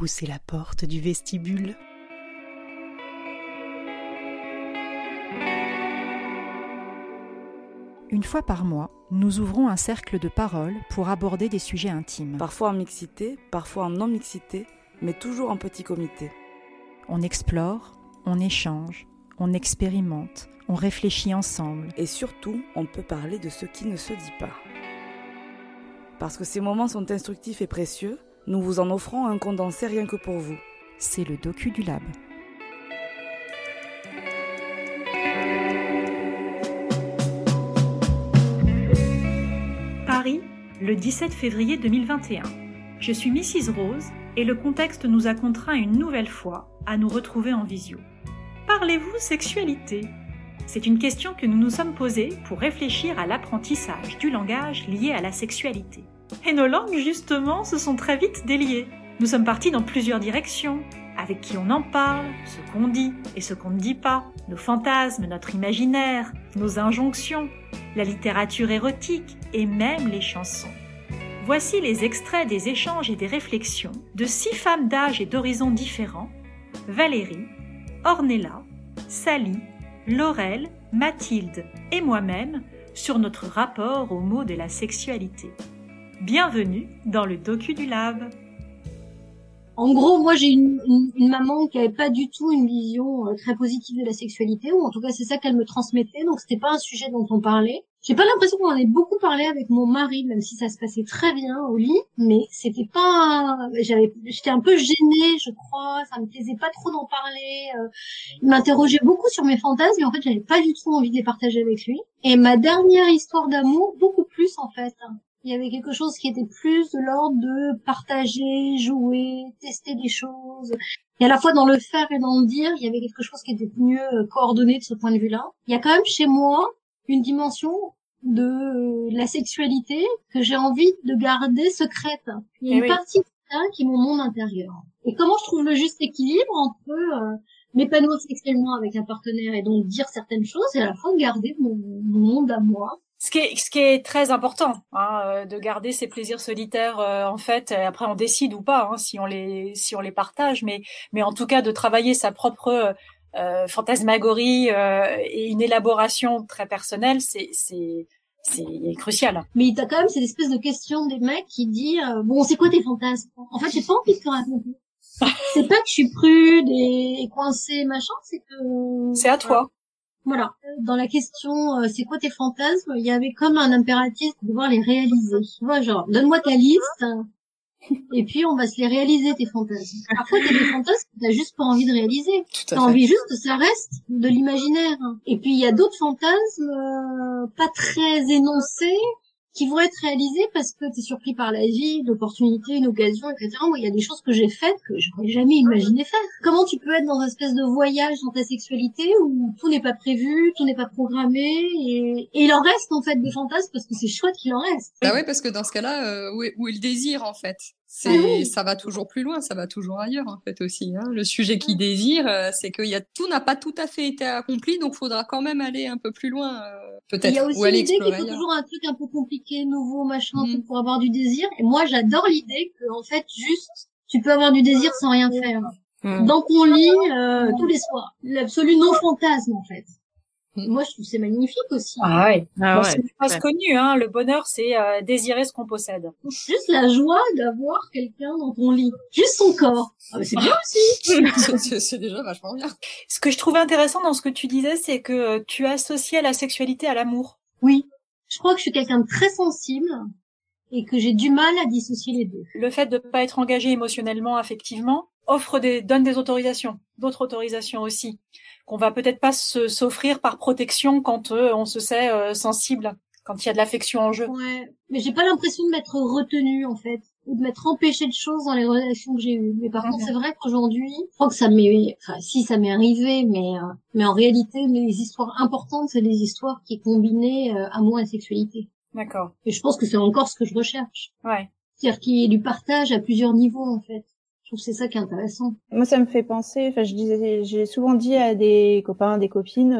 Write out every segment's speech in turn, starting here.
poussez la porte du vestibule. Une fois par mois, nous ouvrons un cercle de parole pour aborder des sujets intimes. Parfois en mixité, parfois en non-mixité, mais toujours en petit comité. On explore, on échange, on expérimente, on réfléchit ensemble. Et surtout, on peut parler de ce qui ne se dit pas. Parce que ces moments sont instructifs et précieux, nous vous en offrons un condensé rien que pour vous. C'est le Docu du Lab. Paris, le 17 février 2021. Je suis Mrs Rose et le contexte nous a contraints une nouvelle fois à nous retrouver en visio. Parlez-vous sexualité ? C'est une question que nous nous sommes posée pour réfléchir à l'apprentissage du langage lié à la sexualité. Et nos langues, justement, se sont très vite déliées. Nous sommes partis dans plusieurs directions. Avec qui on en parle, ce qu'on dit et ce qu'on ne dit pas, nos fantasmes, notre imaginaire, nos injonctions, la littérature érotique et même les chansons. Voici les extraits des échanges et des réflexions de 6 femmes d'âge et d'horizons différents, Valérie, Ornella, Sally, Laurel, Mathilde et moi-même sur notre rapport au mot de la sexualité. Bienvenue dans le Docu du Lab. En gros, moi, j'ai une maman qui avait pas du tout une vision très positive de la sexualité, ou en tout cas, c'est ça qu'elle me transmettait, donc c'était pas un sujet dont on parlait. J'ai pas l'impression qu'on en ait beaucoup parlé avec mon mari, même si ça se passait très bien au lit, mais c'était pas, j'étais un peu gênée, je crois, ça me plaisait pas trop d'en parler, il m'interrogeait beaucoup sur mes fantasmes, et en fait, j'avais pas du tout envie de les partager avec lui. Et ma dernière histoire d'amour, beaucoup plus, en fait. Il y avait quelque chose qui était plus de l'ordre de partager, jouer, tester des choses. Et à la fois dans le faire et dans le dire, il y avait quelque chose qui était mieux coordonné de ce point de vue-là. Il y a quand même chez moi une dimension de la sexualité que j'ai envie de garder secrète. Il y a une partie de ça qui est mon monde intérieur. Et comment je trouve le juste équilibre entre m'épanouir sexuellement avec un partenaire et donc dire certaines choses et à la fois garder mon monde à moi. Ce qui est très important, de garder ses plaisirs solitaires, en fait. Et après, on décide ou pas, si on les partage, mais en tout cas de travailler sa propre fantasmagorie et une élaboration très personnelle, c'est crucial. Mais t'as quand même cette espèce de question des mecs qui dit bon, c'est quoi tes fantasmes ? En fait, j'ai pas envie de te raconter. C'est pas que je suis prude et coincée machin, c'est que c'est à toi. Voilà. Dans la question c'est quoi tes fantasmes, il y avait comme un impératif de devoir les réaliser. Tu vois, genre, donne-moi ta liste, et puis on va se les réaliser, tes fantasmes. Parfois, t'as des fantasmes que t'as juste pas envie de réaliser. T'as envie juste que ça reste de l'imaginaire. Et puis, il y a d'autres fantasmes pas très énoncés, qui vont être réalisés parce que t'es surpris par la vie, l'opportunité, une occasion, etc. Moi, il y a des choses que j'ai faites que j'aurais jamais imaginé faire. Comment tu peux être dans une espèce de voyage dans ta sexualité où tout n'est pas prévu, tout n'est pas programmé, et il en reste, en fait, des fantasmes parce que c'est chouette qu'il en reste. Bah oui, parce que dans ce cas-là, où est le désir, en fait? Ça va toujours plus loin, ça va toujours ailleurs, en fait, aussi, Le sujet qui désire, c'est que tout n'a pas tout à fait été accompli, donc faudra quand même aller un peu plus loin, peut-être. Il y a aussi l'idée qu'il faut toujours un truc un peu compliqué, nouveau, machin, pour avoir du désir. Et moi, j'adore l'idée que, en fait, juste, tu peux avoir du désir sans rien faire. Dans ton lit, tous les soirs. L'absolu non-fantasme, en fait. Moi, je trouve c'est magnifique aussi. Ah ouais. C'est une phrase connue, le bonheur, c'est désirer ce qu'on possède. Juste la joie d'avoir quelqu'un dans ton lit. Juste son corps. Ah, mais c'est bien aussi. C'est déjà vachement bien. Ce que je trouvais intéressant dans ce que tu disais, c'est que tu associais la sexualité à l'amour. Oui. Je crois que je suis quelqu'un de très sensible et que j'ai du mal à dissocier les deux. Le fait de pas être engagé émotionnellement, affectivement, donne des autorisations, d'autres autorisations aussi, qu'on va peut-être pas s'offrir par protection quand on se sait sensible, quand il y a de l'affection en jeu. Ouais, mais j'ai pas l'impression de m'être retenue, en fait, ou de m'être empêchée de choses dans les relations que j'ai eues. Mais par contre, c'est vrai qu'aujourd'hui, je crois que ça m'est arrivé, mais en réalité, les histoires importantes, c'est des histoires qui combinaient amour et sexualité. D'accord. Et je pense que c'est encore ce que je recherche. Ouais. C'est-à-dire qu'il y ait du partage à plusieurs niveaux, en fait. Je trouve que c'est ça qui est intéressant. Moi, ça me fait penser, j'ai souvent dit à des copains, des copines,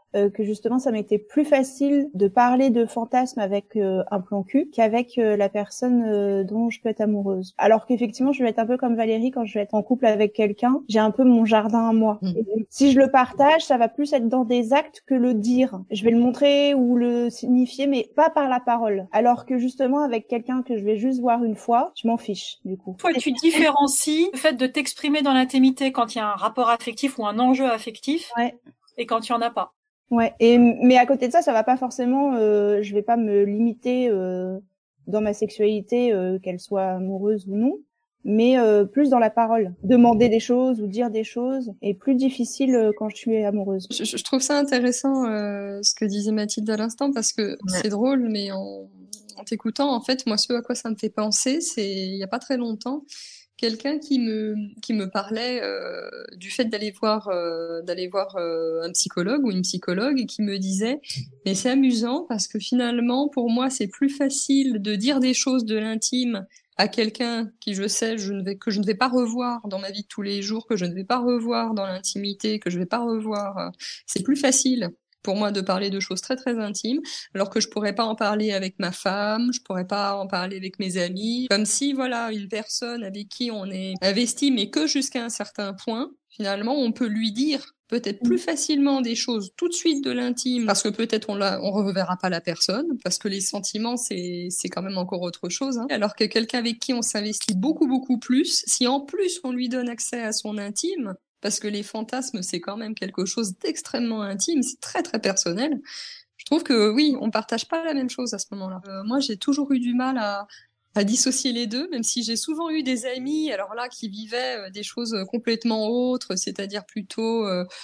que justement ça m'était plus facile de parler de fantasmes avec un plan cul qu'avec la personne dont je peux être amoureuse. Alors qu'effectivement, je vais être un peu comme Valérie quand je vais être en couple avec quelqu'un, j'ai un peu mon jardin à moi. Et si je le partage, ça va plus être dans des actes que le dire. Je vais le montrer ou le signifier, mais pas par la parole. Alors que justement, avec quelqu'un que je vais juste voir une fois, je m'en fiche, du coup. Toi, tu différencies le fait de t'exprimer dans l'intimité quand il y a un rapport affectif ou un enjeu affectif, et quand il n'y en a pas. Ouais. Mais à côté de ça, ça va pas forcément, je vais pas me limiter dans ma sexualité, qu'elle soit amoureuse ou non, mais plus dans la parole. Demander des choses ou dire des choses est plus difficile quand je suis amoureuse. Je trouve ça intéressant ce que disait Mathilde à l'instant, parce que c'est drôle, mais en t'écoutant, en fait, moi, ce à quoi ça me fait penser, c'est il y a pas très longtemps, quelqu'un qui me parlait du fait d'aller voir un psychologue ou une psychologue, et qui me disait mais c'est amusant parce que finalement pour moi c'est plus facile de dire des choses de l'intime à quelqu'un qui je sais que je ne vais pas revoir dans ma vie de tous les jours, que je ne vais pas revoir dans l'intimité, que je ne vais pas revoir, c'est plus facile pour moi de parler de choses très très intimes, alors que je pourrais pas en parler avec ma femme, je pourrais pas en parler avec mes amis, comme si voilà une personne avec qui on est investi, mais que jusqu'à un certain point, finalement on peut lui dire peut-être plus facilement des choses tout de suite de l'intime, parce que peut-être on reverra pas la personne, parce que les sentiments c'est quand même encore autre chose, hein. Alors que quelqu'un avec qui on s'investit beaucoup beaucoup plus, si en plus on lui donne accès à son intime, parce que les fantasmes, c'est quand même quelque chose d'extrêmement intime, c'est très très personnel. Je trouve que oui, on partage pas la même chose à ce moment-là. Moi, j'ai toujours eu du mal à dissocier les deux, même si j'ai souvent eu des amis, alors là, qui vivaient des choses complètement autres, c'est-à-dire plutôt,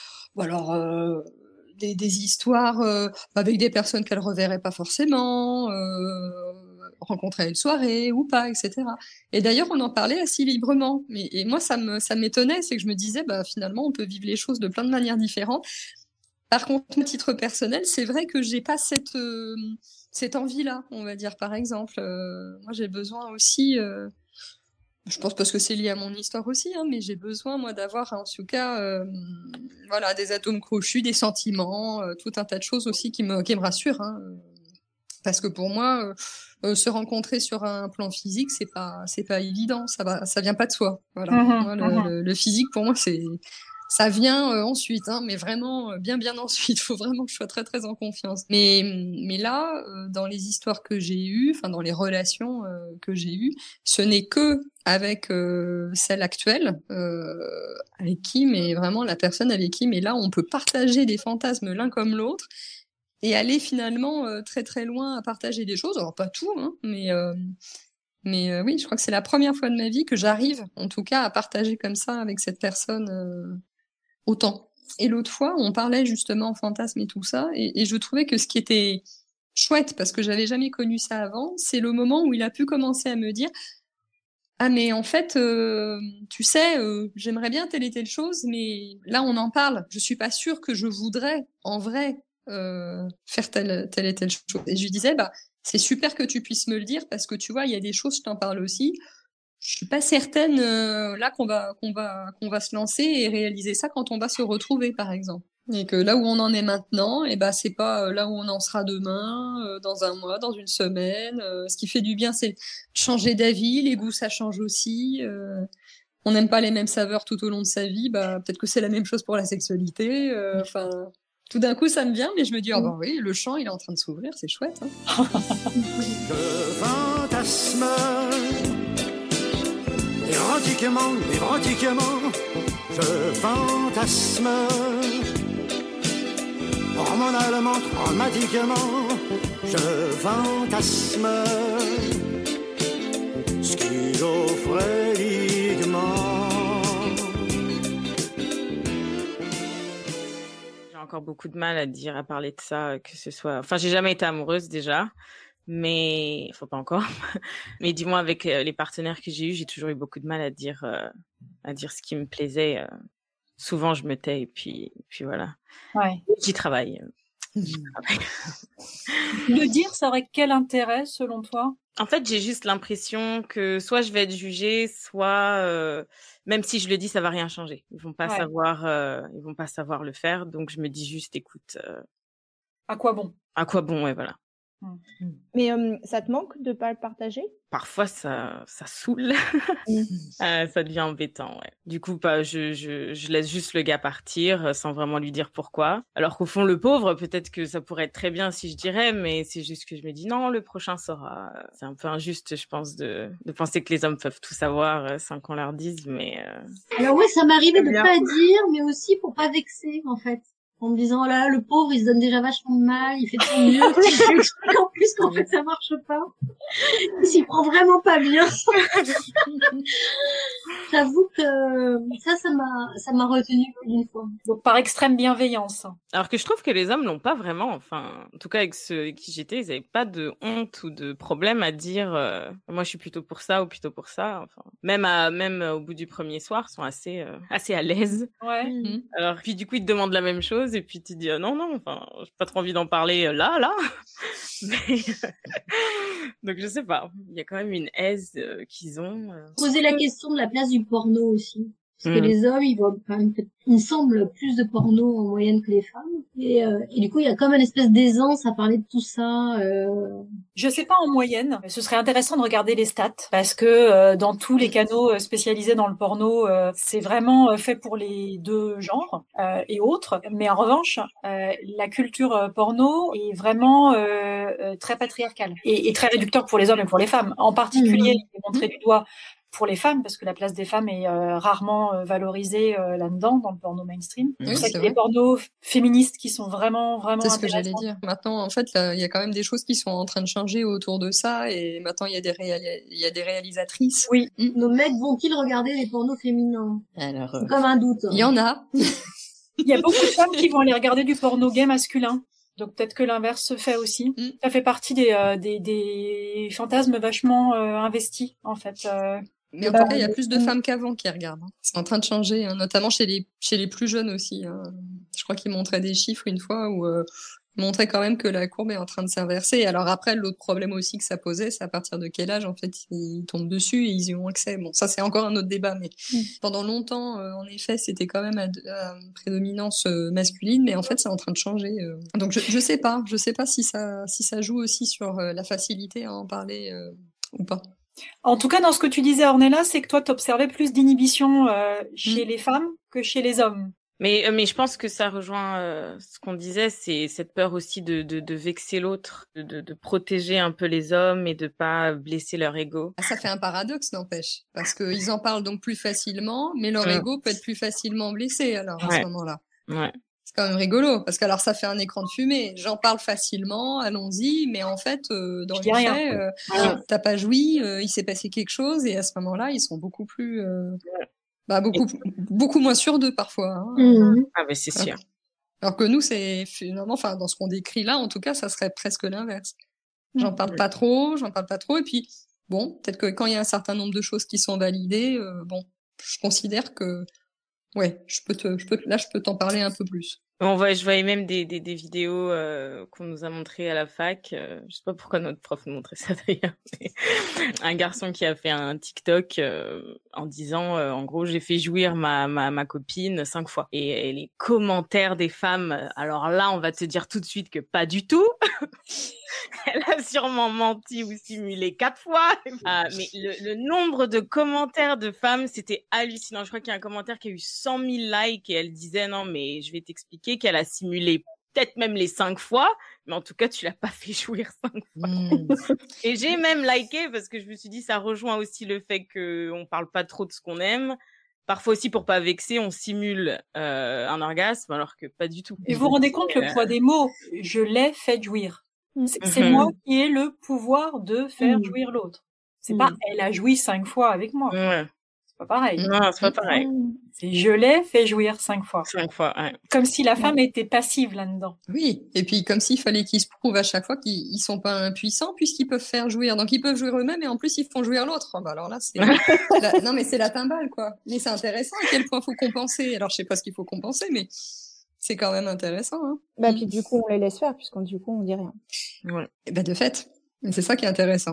des histoires avec des personnes qu'elles reverraient pas forcément, rencontrer à une soirée ou pas, etc. Et d'ailleurs, on en parlait assez librement. Et moi, ça m'étonnait, c'est que je me disais, bah, finalement, on peut vivre les choses de plein de manières différentes. Par contre, à titre personnel, c'est vrai que j'ai pas cette envie-là, on va dire, par exemple. Moi, j'ai besoin aussi, je pense parce que c'est lié à mon histoire aussi, hein, mais j'ai besoin, moi, d'avoir, en tout cas, des atomes crochus, des sentiments, tout un tas de choses aussi qui me rassurent, hein. Parce que pour moi, se rencontrer sur un plan physique, c'est pas évident, ça vient pas de soi. Voilà. Moi, le physique pour moi ça vient ensuite, hein, mais vraiment bien ensuite. Il faut vraiment que je sois très très en confiance. Mais là, dans les histoires que j'ai eues, enfin dans les relations que j'ai eues, ce n'est que avec celle actuelle, avec qui, mais vraiment la personne avec qui, mais là on peut partager des fantasmes l'un comme l'autre. Et aller finalement très très loin à partager des choses, alors pas tout, hein, mais oui, je crois que c'est la première fois de ma vie que j'arrive, en tout cas, à partager comme ça avec cette personne autant. Et l'autre fois, on parlait justement fantasme et tout ça, et je trouvais que ce qui était chouette, parce que j'avais jamais connu ça avant, c'est le moment où il a pu commencer à me dire « Ah mais en fait, tu sais, j'aimerais bien telle et telle chose, mais là on en parle, je suis pas sûre que je voudrais, en vrai, faire telle et telle chose. » Et je lui disais, bah, c'est super que tu puisses me le dire, parce que tu vois, il y a des choses, je t'en parle aussi. Je suis pas certaine, là, qu'on va se lancer et réaliser ça quand on va se retrouver, par exemple. Et que là où on en est maintenant, et bah, c'est pas là où on en sera demain, dans un mois, dans une semaine. Ce qui fait du bien, c'est changer d'avis. Les goûts, ça change aussi. On n'aime pas les mêmes saveurs tout au long de sa vie, bah, peut-être que c'est la même chose pour la sexualité. Enfin, tout d'un coup, ça me vient, mais je me dis, oh bah oui, le champ, il est en train de s'ouvrir, c'est chouette. Hein. Je fantasme érotiquement, je fantasme hormonalement, traumatiquement, je fantasme schizophréniquement. J'ai encore beaucoup de mal à parler de ça, que ce soit... Enfin, j'ai jamais été amoureuse déjà, mais... Faut pas encore. Mais du moins, avec les partenaires que j'ai eus, j'ai toujours eu beaucoup de mal à dire ce qui me plaisait. Souvent, je me tais et puis voilà. Ouais. J'y travaille. Le dire, ça aurait quel intérêt, selon toi ? En fait, j'ai juste l'impression que soit je vais être jugée, soit même si je le dis, ça va rien changer. Ils vont pas savoir le faire. Donc je me dis juste, écoute, À quoi bon? à quoi bon, ouais, voilà. Mais ça te manque de pas le partager? Parfois, ça saoule. Ça devient embêtant, ouais. Du coup, je laisse juste le gars partir sans vraiment lui dire pourquoi. Alors qu'au fond, le pauvre, peut-être que ça pourrait être très bien si je dirais, mais c'est juste que je me dis non, le prochain saura. C'est un peu injuste, je pense, de penser que les hommes peuvent tout savoir sans qu'on leur dise, mais... Alors ouais, ça m'arrivait de bien. pas dire, mais aussi pour pas vexer, en fait. En me disant, oh là, le pauvre, il se donne déjà vachement de mal, il fait de son mieux, je lui explique en plus qu'en fait, ça marche pas. Il s'y prend vraiment pas bien. J'avoue que ça m'a retenu une fois. Donc par extrême bienveillance. Alors que je trouve que les hommes l'ont pas vraiment, enfin, en tout cas avec ceux avec qui j'étais, ils avaient pas de honte ou de problème à dire moi je suis plutôt pour ça ou plutôt pour ça. Enfin, même au bout du premier soir, ils sont assez à l'aise. Ouais. Alors puis du coup ils te demandent la même chose et puis tu dis non, enfin, j'ai pas trop envie d'en parler là. Mais donc je sais pas, il y a quand même une aise qu'ils ont. Poser la question de la place du porno aussi. Parce que les hommes, ils voient quand même, il me semble, plus de porno en moyenne que les femmes. Et du coup, il y a comme une espèce d'aisance à parler de tout ça. Je sais pas en moyenne. Ce serait intéressant de regarder les stats parce que dans tous les canaux spécialisés dans le porno, c'est vraiment fait pour les deux genres et autres. Mais en revanche, la culture porno est vraiment très patriarcale et très réducteur pour les hommes et pour les femmes. En particulier, montrer du doigt pour les femmes, parce que la place des femmes est rarement valorisée là-dedans, dans le porno mainstream. Oui, c'est c'est des vrai. pornos féministes qui sont vraiment C'est ce que intéressants. j'allais dire. Maintenant, en fait, il y a quand même des choses qui sont en train de changer autour de ça, et maintenant, il y a des réalisatrices. Oui. Nos mecs vont-ils regarder les pornos féminins? Alors, C'est comme un doute. il y en a. Il y a beaucoup de femmes qui vont aller regarder du porno gay masculin. Donc peut-être que l'inverse se fait aussi. Ça fait partie des fantasmes vachement investis, en fait. Mais en tout cas, il y a plus de femmes qu'avant qui regardent. C'est en train de changer, hein, notamment chez les plus jeunes aussi. Hein. Je crois qu'ils montraient des chiffres une fois où ils montraient quand même que la courbe est en train de s'inverser. Alors après, l'autre problème aussi que ça posait, c'est à partir de quel âge, en fait, ils tombent dessus et ils y ont accès. Bon, ça, c'est encore un autre débat, mais pendant longtemps, en effet, c'était quand même à prédominance masculine, mais en fait, c'est en train de changer. Donc, je sais pas si ça joue aussi sur la facilité à en parler ou pas. En tout cas, dans ce que tu disais, Ornella, c'est que toi, t'observais plus d'inhibition chez les femmes que chez les hommes. Mais je pense que ça rejoint ce qu'on disait, c'est cette peur aussi de vexer l'autre, de protéger un peu les hommes et de pas blesser leur ego. Ça fait un paradoxe, n'empêche, parce qu'ils en parlent donc plus facilement, mais leur ego peut être plus facilement blessé alors à ce moment-là. Ouais. C'est quand même rigolo, parce que alors ça fait un écran de fumée. J'en parle facilement, allons-y, mais en fait, dans les faits, t'as pas joui, il s'est passé quelque chose, et à ce moment-là, ils sont beaucoup plus, beaucoup moins sûrs d'eux parfois. Hein. Ah mais c'est sûr. Alors que nous, c'est finalement, enfin, dans ce qu'on décrit là, en tout cas, ça serait presque l'inverse. J'en parle pas trop, et puis bon, peut-être que quand il y a un certain nombre de choses qui sont validées, je considère que ouais, je peux t'en parler un peu plus. Je voyais même des vidéos qu'on nous a montrées à la fac. Je sais pas pourquoi notre prof nous montrait ça d'ailleurs. Mais un garçon qui a fait un TikTok en disant, en gros, j'ai fait jouir ma copine 5 fois. Et les commentaires des femmes, alors là, on va te dire tout de suite que pas du tout. Elle a sûrement menti ou simulé 4 fois. Mais le nombre de commentaires de femmes, c'était hallucinant. Je crois qu'il y a un commentaire qui a eu 100 000 likes et elle disait non, mais je vais t'expliquer qu'elle a simulé peut-être même les 5 fois, mais en tout cas, tu l'as pas fait jouir 5 fois. Et j'ai même liké parce que je me suis dit, ça rejoint aussi le fait qu'on parle pas trop de ce qu'on aime. Parfois aussi, pour pas vexer, on simule un orgasme alors que pas du tout. Et vous vous rendez compte le poids des mots? Je l'ai fait jouir. C'est moi qui ai le pouvoir de faire jouir l'autre. C'est pas elle a joui 5 fois avec moi. C'est pas pareil. Non, c'est pas pareil. C'est je l'ai fait jouir 5 fois. 5 fois, ouais. Comme si la femme était passive là-dedans. Oui, et puis comme s'il fallait qu'ils se prouvent à chaque fois qu'ils sont pas impuissants puisqu'ils peuvent faire jouir. Donc ils peuvent jouir eux-mêmes et en plus ils font jouir l'autre. Bah alors là, non mais c'est la timbale quoi. Mais c'est intéressant à quel point faut compenser. Alors je sais pas ce qu'il faut compenser, mais c'est quand même intéressant. Hein. Puis du coup on les laisse faire puisqu'on du coup on dit rien. Ouais. Et de fait, c'est ça qui est intéressant. Hein.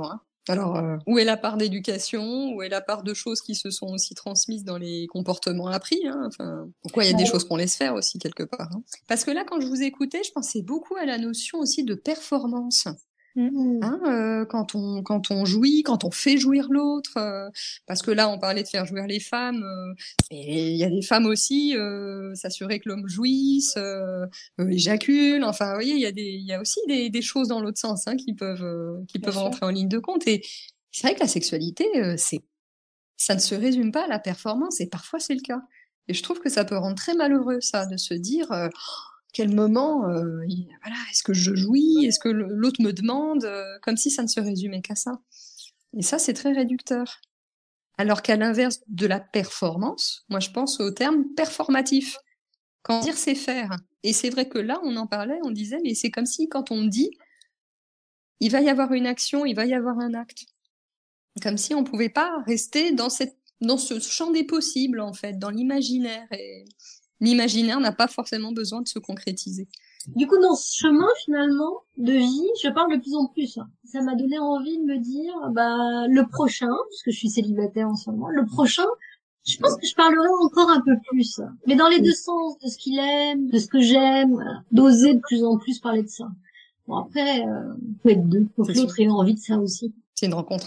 Alors, où est la part d'éducation? Où est la part de choses qui se sont aussi transmises dans les comportements appris, hein? Enfin, pourquoi il y a des choses qu'on laisse faire aussi quelque part, hein? Parce que là, quand je vous écoutais, je pensais beaucoup à la notion aussi de performance. Hein, quand on jouit, quand on fait jouir l'autre, parce que là on parlait de faire jouir les femmes, et il y a des femmes aussi, s'assurer que l'homme jouisse, éjacule, enfin vous voyez, il y a aussi des choses dans l'autre sens, hein, qui peuvent rentrer en ligne de compte. Et c'est vrai que la sexualité, ça ne se résume pas à la performance, et parfois c'est le cas. Et je trouve que ça peut rendre très malheureux, ça, de se dire quel moment, voilà, est-ce que je jouis, est-ce que l'autre me demande, comme si ça ne se résumait qu'à ça. Et ça, c'est très réducteur. Alors qu'à l'inverse de la performance, moi je pense au terme performatif. Quand dire c'est faire. Et c'est vrai que là, on en parlait, on disait, mais c'est comme si quand on dit, il va y avoir une action, il va y avoir un acte. Comme si on pouvait pas rester dans ce champ des possibles, en fait, dans l'imaginaire. Et l'imaginaire n'a pas forcément besoin de se concrétiser. Du coup, dans ce chemin, finalement, de vie, je parle de plus en plus. Ça m'a donné envie de me dire, le prochain, puisque je suis célibataire en ce moment, le prochain, je pense que je parlerai encore un peu plus. Mais dans les deux sens, de ce qu'il aime, de ce que j'aime, d'oser de plus en plus parler de ça. Bon, après, faut être deux. Faut que l'autre ait envie de ça aussi. C'est une rencontre.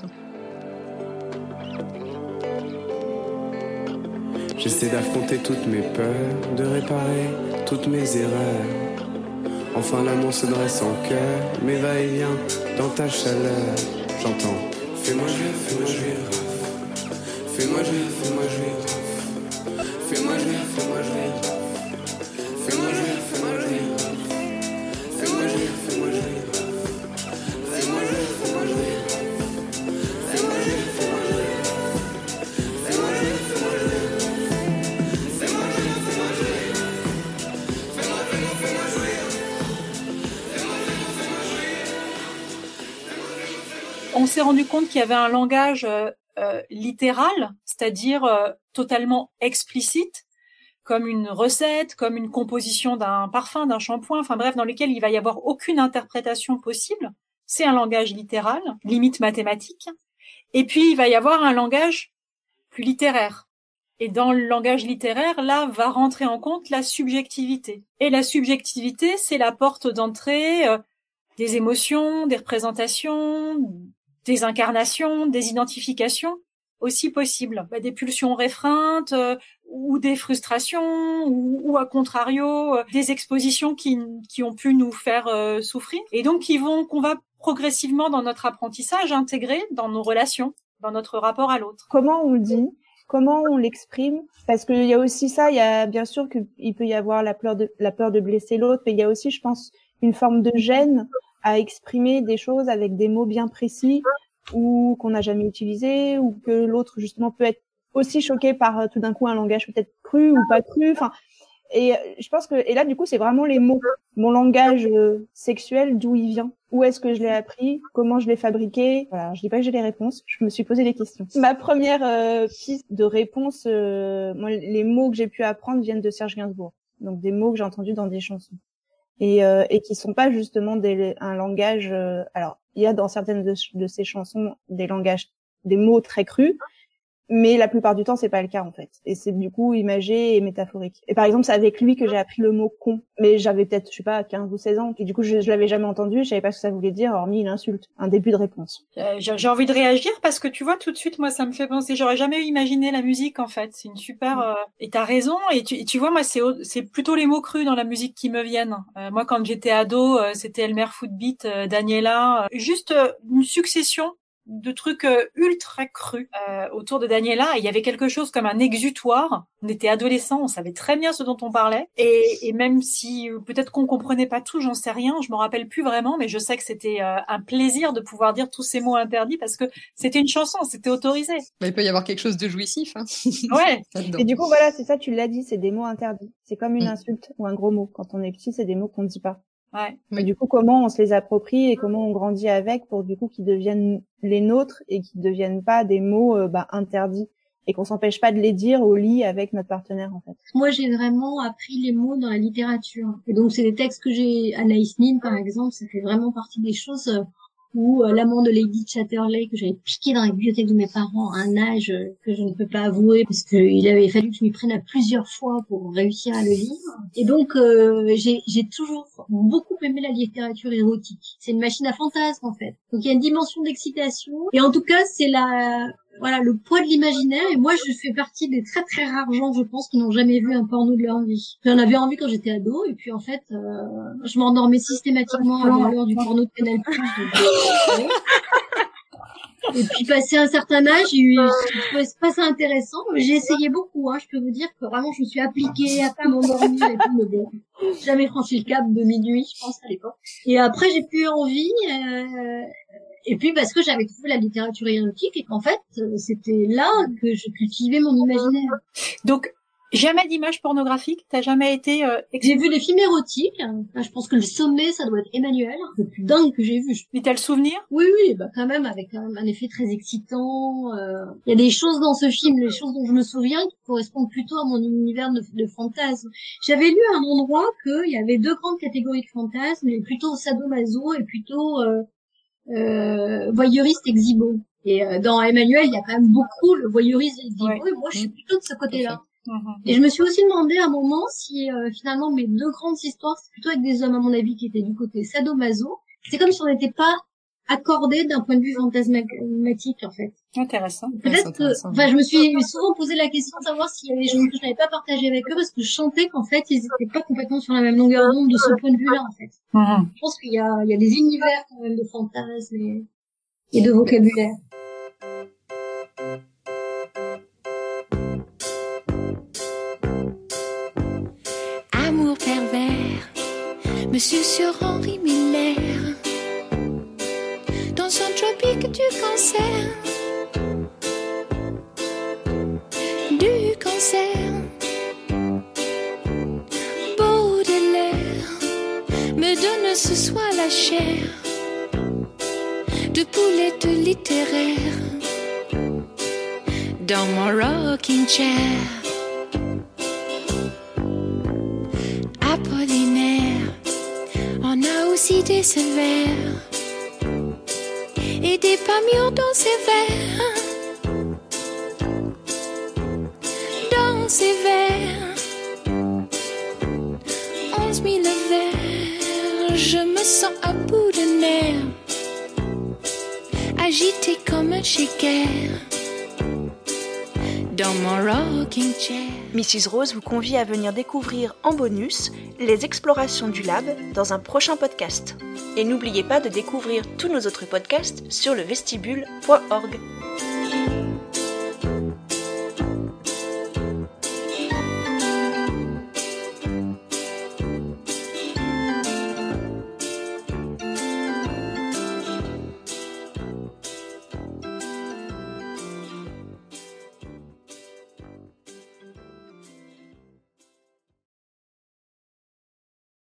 J'essaie d'affronter toutes mes peurs, de réparer toutes mes erreurs. Enfin l'amour se dresse en cœur, mais va-et-vient dans ta chaleur. J'entends, fais-moi jouir, fais-moi jouir. Fais-moi jouir, fais-moi jouir. Fais-moi jouir, fais-moi jouir. Fais-moi jouir, fais-moi jouir. Fais-moi jouir, fais-moi jouir. Fais-moi jouir, fais-moi jouir. Fais-moi jouir, fais-moi jouir. Fais-moi jouir, fais-moi jouir. On s'est rendu compte qu'il y avait un langage littéral, c'est-à-dire totalement explicite, comme une recette, comme une composition d'un parfum, d'un shampoing, enfin bref, dans lequel il va y avoir aucune interprétation possible. C'est un langage littéral, limite mathématique. Et puis, il va y avoir un langage plus littéraire. Et dans le langage littéraire, là, va rentrer en compte la subjectivité. Et la subjectivité, c'est la porte d'entrée des émotions, des représentations, des incarnations, des identifications aussi possibles. Des pulsions réfreintes ou des frustrations ou à contrario, des expositions qui ont pu nous faire souffrir et donc qu'on va progressivement dans notre apprentissage intégrer dans nos relations, dans notre rapport à l'autre. Comment on le dit? Comment on l'exprime? Parce qu'il y a aussi ça, il y a bien sûr qu'il peut y avoir la peur de blesser l'autre, mais il y a aussi, je pense, une forme de gêne à exprimer des choses avec des mots bien précis ou qu'on n'a jamais utilisés ou que l'autre justement peut être aussi choqué par tout d'un coup un langage peut-être cru ou pas cru. Enfin, et je pense que là du coup c'est vraiment les mots, mon langage sexuel, d'où il vient, où est-ce que je l'ai appris, comment je l'ai fabriqué. Voilà, je dis pas que j'ai les réponses, je me suis posé des questions. Ma première piste de réponse, moi, les mots que j'ai pu apprendre viennent de Serge Gainsbourg, donc des mots que j'ai entendus dans des chansons. Et qui sont pas justement un langage. Alors, il y a dans certaines de ces chansons des mots très crus, mais la plupart du temps c'est pas le cas en fait. Et c'est du coup imagé et métaphorique. Et par exemple, c'est avec lui que j'ai appris le mot con. Mais j'avais peut-être, je sais pas, 15 ou 16 ans. Et du coup, je l'avais jamais entendu. Je savais pas ce que ça voulait dire, hormis une insulte, un début de réponse. J'ai envie de réagir parce que tu vois tout de suite, moi ça me fait penser. J'aurais jamais imaginé la musique en fait. C'est une super. Et t'as raison. Et tu vois, moi c'est plutôt les mots crus dans la musique qui me viennent. Moi, quand j'étais ado, c'était Elmer Footbeat, Daniela. Juste une succession de trucs ultra crus autour de Daniela. Et il y avait quelque chose comme un exutoire. On était adolescents, on savait très bien ce dont on parlait. Et même si peut-être qu'on comprenait pas tout, j'en sais rien, je me rappelle plus vraiment, mais je sais que c'était un plaisir de pouvoir dire tous ces mots interdits parce que c'était une chanson, c'était autorisé. Mais il peut y avoir quelque chose de jouissif. Hein. Ouais. Et du coup, voilà, c'est ça, tu l'as dit, c'est des mots interdits. C'est comme une insulte ou un gros mot. Quand on est petit, c'est des mots qu'on ne dit pas. Ouais. Mais du coup, comment on se les approprie et comment on grandit avec pour du coup qu'ils deviennent les nôtres et qu'ils deviennent pas des mots interdits et qu'on s'empêche pas de les dire au lit avec notre partenaire en fait. Moi, j'ai vraiment appris les mots dans la littérature. Et donc, c'est des textes que j'ai, Anaïs Nin, par exemple, ça fait vraiment partie des choses ou L'amant de Lady Chatterley que j'avais piqué dans la bibliothèque de mes parents à un âge que je ne peux pas avouer parce qu'il avait fallu que je m'y prenne à plusieurs fois pour réussir à le lire. Et donc j'ai toujours beaucoup aimé la littérature érotique. C'est une machine à fantasmes en fait. Donc il y a une dimension d'excitation et en tout cas c'est le poids de l'imaginaire. Et moi, je fais partie des très très rares gens, je pense, qui n'ont jamais vu un porno de leur vie. J'en avais envie quand j'étais ado, et puis en fait, je m'endormais systématiquement avant l'heure du porno de Canal+. Et puis, passé un certain âge, je trouvais pas ça intéressant. J'ai essayé beaucoup, je peux vous dire que vraiment, je me suis appliquée à pas m'endormir et tout, mais bon, jamais franchi le cap de minuit, je pense, à l'époque. Et après, j'ai plus envie, et puis parce que j'avais trouvé la littérature érotique et qu'en fait, c'était là que je cultivais mon imaginaire. Donc, jamais d'image pornographique? T'as jamais été... J'ai vu des films érotiques. Je pense que le sommet, ça doit être Emmanuel, le plus dingue que j'ai vu. Mais t'as le souvenir? Oui, quand même, avec un effet très excitant. Il y a des choses dans ce film, les choses dont je me souviens, qui correspondent plutôt à mon univers de fantasmes. J'avais lu à un endroit qu'il y avait 2 grandes catégories de fantasmes, les plutôt sadomaso et plutôt... voyeuriste exhibo. Et dans Emmanuel, il y a quand même beaucoup le voyeurisme exhibo, et moi je suis plutôt de ce côté-là. Et je me suis aussi demandé à un moment si finalement mes 2 grandes histoires, c'est plutôt avec des hommes à mon avis qui étaient du côté sadomaso. C'est comme si on n'était pas accordé d'un point de vue fantasmatique en fait. Intéressant. Peut-être que, je me suis souvent posé la question de savoir s'il y avait des choses que je n'avais pas partagées avec eux parce que je sentais qu'en fait ils n'étaient pas complètement sur la même longueur d'onde de ce point de vue-là en fait. Je pense qu'il y a des univers quand même de fantasmes et de vocabulaire. Amour pervers, Monsieur Sir Henry Miller, dans son tropique du cancer, Baudelaire me donne ce soir la chair de poulette littéraire dans mon rocking chair. Apollinaire, on a aussi des sévères et des pas mûrs dans ses verres. Dans ses verres, 11 000 vers, je me sens à bout de nerfs, agité comme un shaker dans mon rocking chair. Mrs Rose vous convie à venir découvrir en bonus les explorations du Lab dans un prochain podcast. Et n'oubliez pas de découvrir tous nos autres podcasts sur levestibule.org.